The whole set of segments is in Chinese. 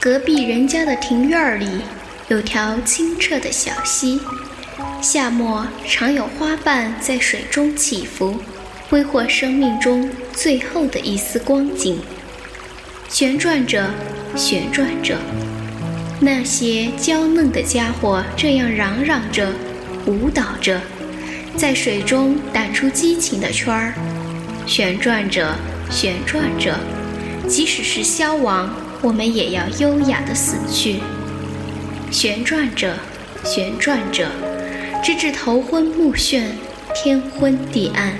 隔壁人家的庭院里有条清澈的小溪，夏末常有花瓣在水中起伏，挥霍生命中最后的一丝光景。旋转着，旋转着，那些娇嫩的家伙这样嚷嚷着，舞蹈着，在水中打出激情的圈儿，旋转着，旋转着，即使是消亡，我们也要优雅地死去。旋转着，旋转着，直至头昏目眩，天昏地暗。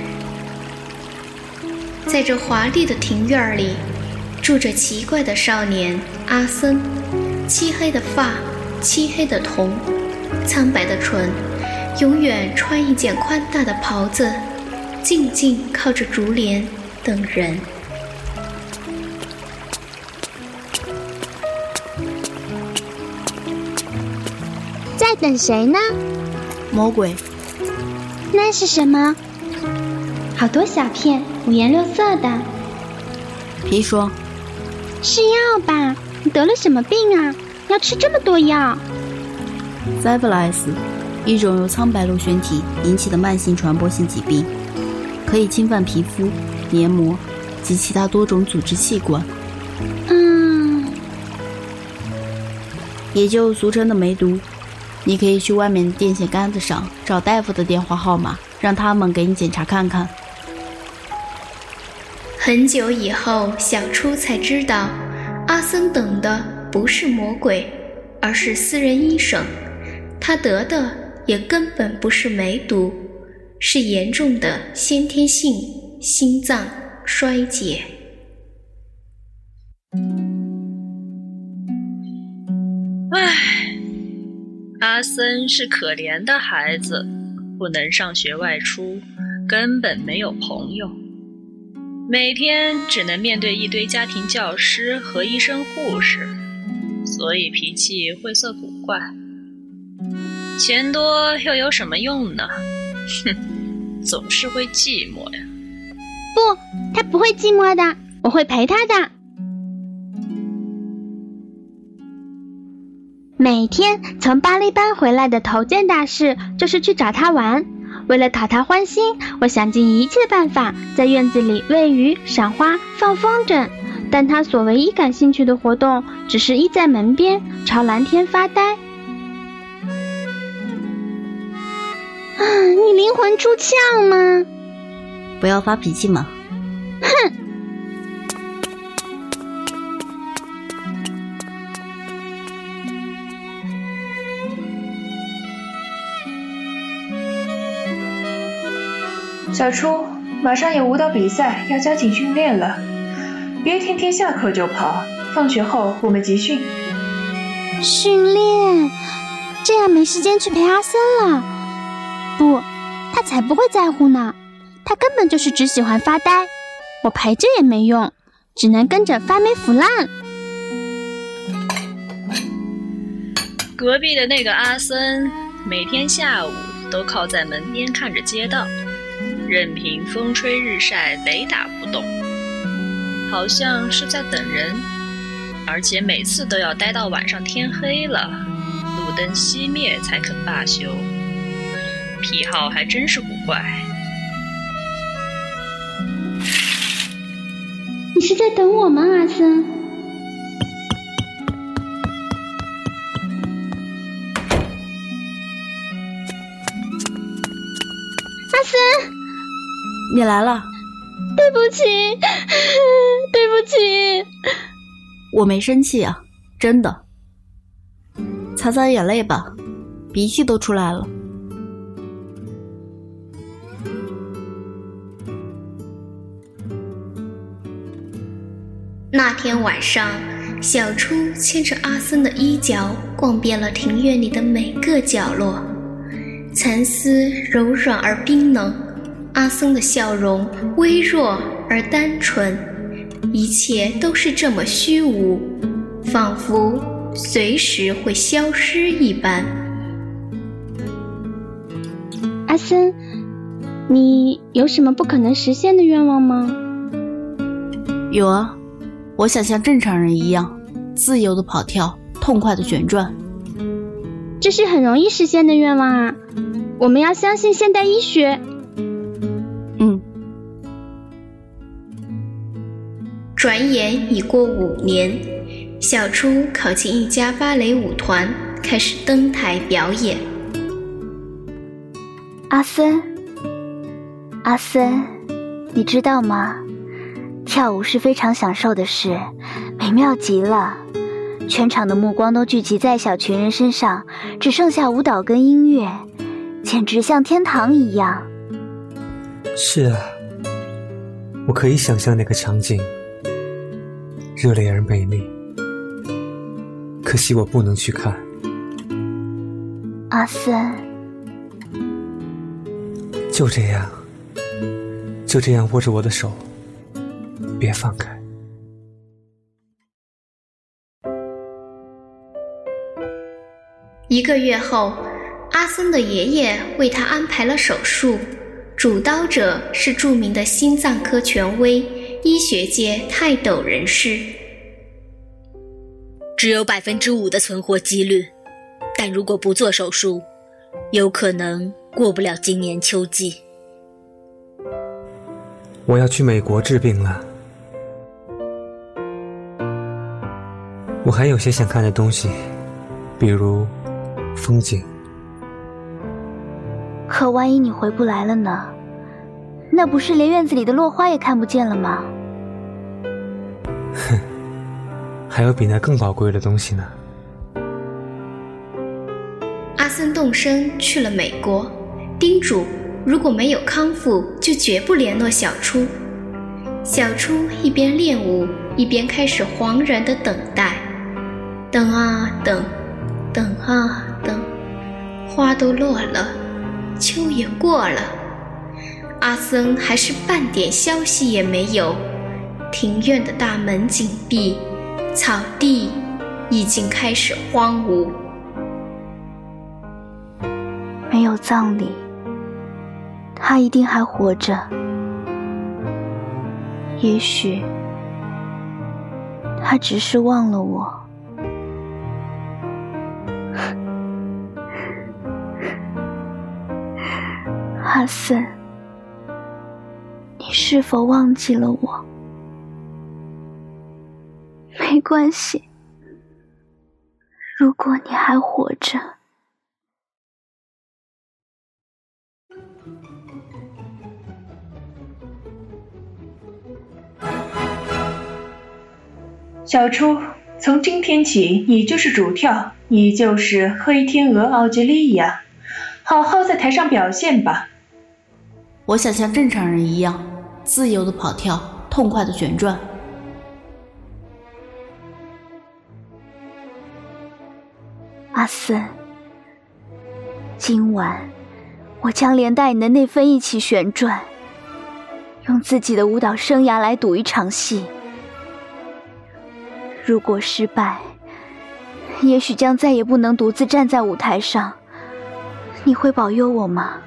在这华丽的庭院里，住着奇怪的少年阿森，漆黑的发，漆黑的瞳，苍白的唇，永远穿一件宽大的袍子，静静靠着竹帘等人。 在等谁呢？ 魔鬼。 那是什么？好多小片，五颜六色的。 砒霜。 是药吧？你得了什么病啊？要吃这么多药 ？Syphilis， 一种由苍白螺旋体引起的慢性传播性疾病，可以侵犯皮肤、黏膜及其他多种组织器官。也就俗称的梅毒。你可以去外面的电线杆子上找大夫的电话号码，让他们给你检查看看。 很久以后，小初才知道，阿森等的不是魔鬼，而是私人医生。他得的也根本不是梅毒，是严重的先天性心脏衰竭。 阿森是可怜的孩子，不能上学外出，根本没有朋友，每天只能面对一堆家庭教师和医生护士，所以脾气晦涩古怪。钱多又有什么用呢？哼，总是会寂寞呀。 不，他不会寂寞的，我会陪他的。每天从巴黎班回来的头件大事就是去找他玩。为了讨他欢心，我想尽一切办法在院子里喂鱼、赏花、放风筝，但他所唯一感兴趣的活动只是依在门边朝蓝天发呆。你灵魂出窍吗？ 不要发脾气嘛。 哼！ 小初，马上有舞蹈比赛，要加紧训练了，别天天下课就跑，放学后我们集训。 训练？这样没时间去陪阿森了。不，他才不会在乎呢，他根本就是只喜欢发呆，我陪着也没用，只能跟着发霉腐烂。 隔壁的那个阿森，每天下午都靠在门边看着街道，任凭风吹日晒，雷打不动，好像是在等人，而且每次都要待到晚上天黑了，路灯熄灭才肯罢休，癖好还真是古怪。 你是在等我吗，阿森？阿森， 你来了。 对不起，对不起。 我没生气啊，真的。擦擦眼泪吧，鼻涕都出来了。 那天晚上，小初牵着阿森的衣角逛遍了庭院里的每个角落，蚕丝柔软而冰冷，阿森的笑容微弱而单纯，一切都是这么虚无，仿佛随时会消失一般。 阿森，你有什么不可能实现的愿望吗？ 有啊，我想像正常人一样自由的跑跳，痛快的旋转。 这是很容易实现的愿望啊！我们要相信现代医学。 转眼已过5年，小初考进一家芭蕾舞团，开始登台表演。 阿森，你知道吗？跳舞是非常享受的事，美妙极了。全场的目光都聚集在小群人身上，只剩下舞蹈跟音乐，简直像天堂一样。 是啊，我可以想象那个场景，热烈而美丽。可惜我不能去看。 阿森， 就这样握着我的手，别放开。 1个月后，阿森的爷爷为他安排了手术，主刀者是著名的心脏科权威、医学界泰斗人士。 只有5%的存活几率，但如果不做手术，有可能过不了今年秋季。 我要去美国治病了。我还有些想看的东西，比如风景。 可万一你回不来了呢？那不是连院子里的落花也看不见了吗？ 哼，还有比那更宝贵的东西呢。 阿森动身去了美国，叮嘱如果没有康复，就绝不联络小初。小初一边练舞，一边开始惶然地等待，等啊等，等啊等，花都落了，秋也过了，阿森还是半点消息也没有。庭院的大门紧闭，草地已经开始荒芜。 没有葬礼，他一定还活着。也许他只是忘了我。阿森，你是否忘记了我？没关系，如果你还活着。 小初，从今天起，你就是主跳，你就是黑天鹅奥吉利亚，好好在台上表现吧。 我想像正常人一样，自由的跑跳，痛快的旋转。 阿森，今晚我将连带你的内分一起旋转，用自己的舞蹈生涯来赌一场戏。如果失败，也许将再也不能独自站在舞台上。你会保佑我吗？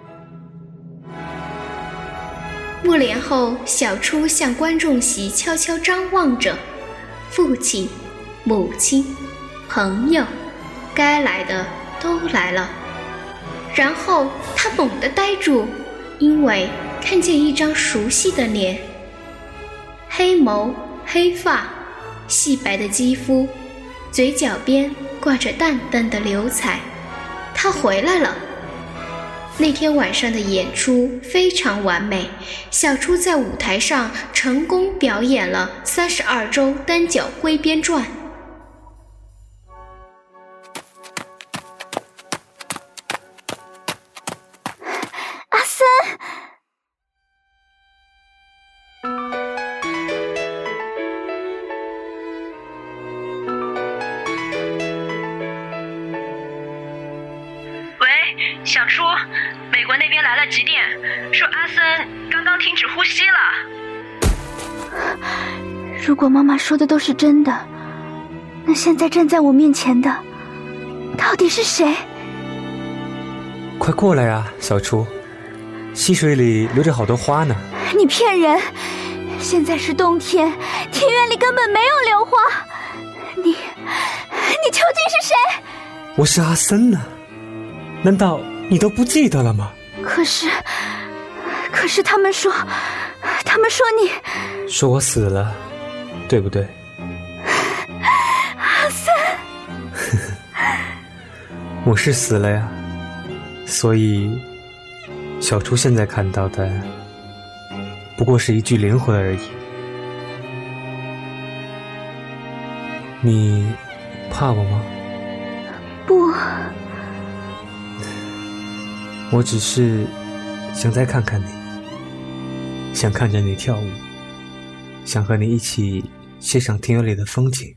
幕帘后，小初向观众席悄悄张望着，父亲、母亲、朋友，该来的都来了。然后他猛地呆住，因为看见一张熟悉的脸，黑眸、黑发，细白的肌肤，嘴角边挂着淡淡的流彩。他回来了。那天晚上的演出非常完美，小初在舞台上成功表演了32周单脚挥鞭转。 阿森！ 小初，美国那边来了急电，说阿森刚刚停止呼吸了。 如果妈妈说的都是真的，那现在站在我面前的到底是谁？ 快过来啊，小初，溪水里留着好多花呢。 你骗人！现在是冬天，庭院里根本没有榴花。 你究竟是谁？ 我是阿森呢，难道你都不记得了吗？ 可是他们说你说我死了，对不对？ 阿森， 我是死了呀，所以小初现在看到的不过是一具灵魂而已。你怕我吗？ 不， 我只是想再看看你，想看着你跳舞，想和你一起欣赏庭院里的风景。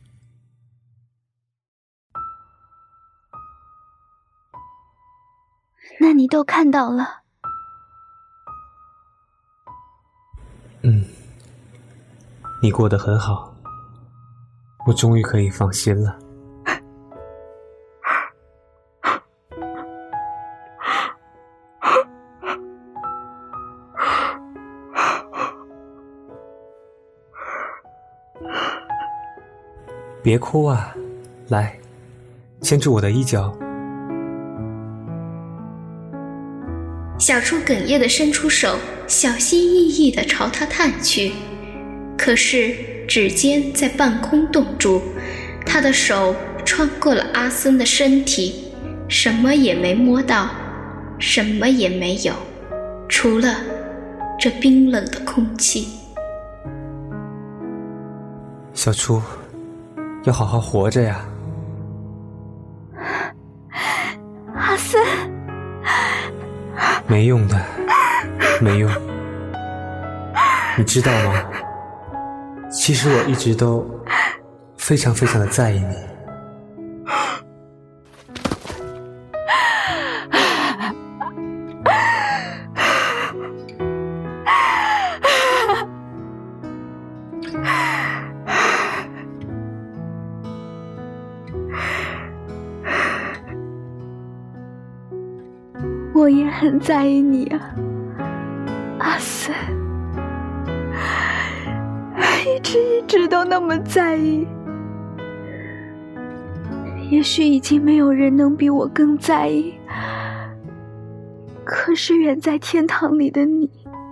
那你都看到了？ 你过得很好，我终于可以放心了。别哭啊，来，牵住我的衣角。 小初哽咽地伸出手，小心翼翼地朝他探去，可是指尖在半空冻住，他的手穿过了阿森的身体，什么也没摸到，什么也没有，除了这冰冷的空气。 小初，要好好活着呀。 阿森， 没用的，没用。你知道吗？其实我一直都非常非常的在意你。 我也很在意你啊，阿森，一直都那么在意。也许已经没有人能比我更在意，可是远在天堂里的你，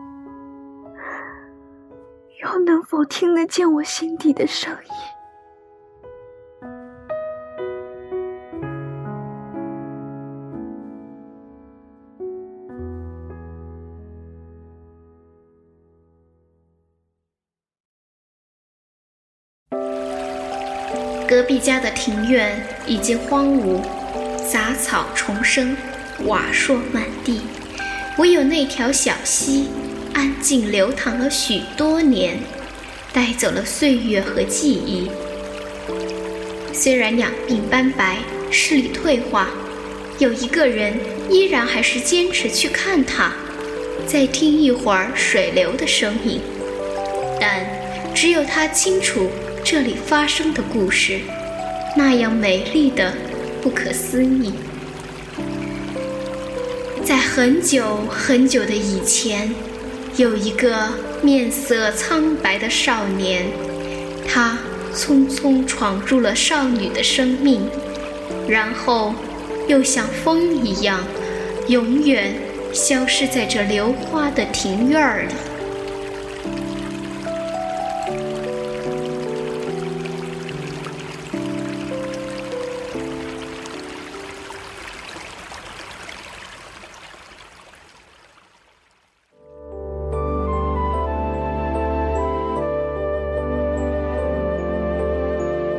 又能否听得见我心底的声音？ 隔壁家的庭院已经荒芜，杂草丛生，瓦砾满地，唯有那条小溪安静流淌了许多年，带走了岁月和记忆。虽然两鬓斑白，视力退化，有一个人依然还是坚持去看它，再听一会儿水流的声音，但只有他清楚这里发生的故事，那样美丽的不可思议。在很久很久的以前，有一个面色苍白的少年，他匆匆闯入了少女的生命，然后又像风一样永远消失在这流花的庭院里。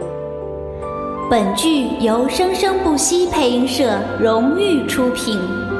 本剧由生生不息配音社荣誉出品。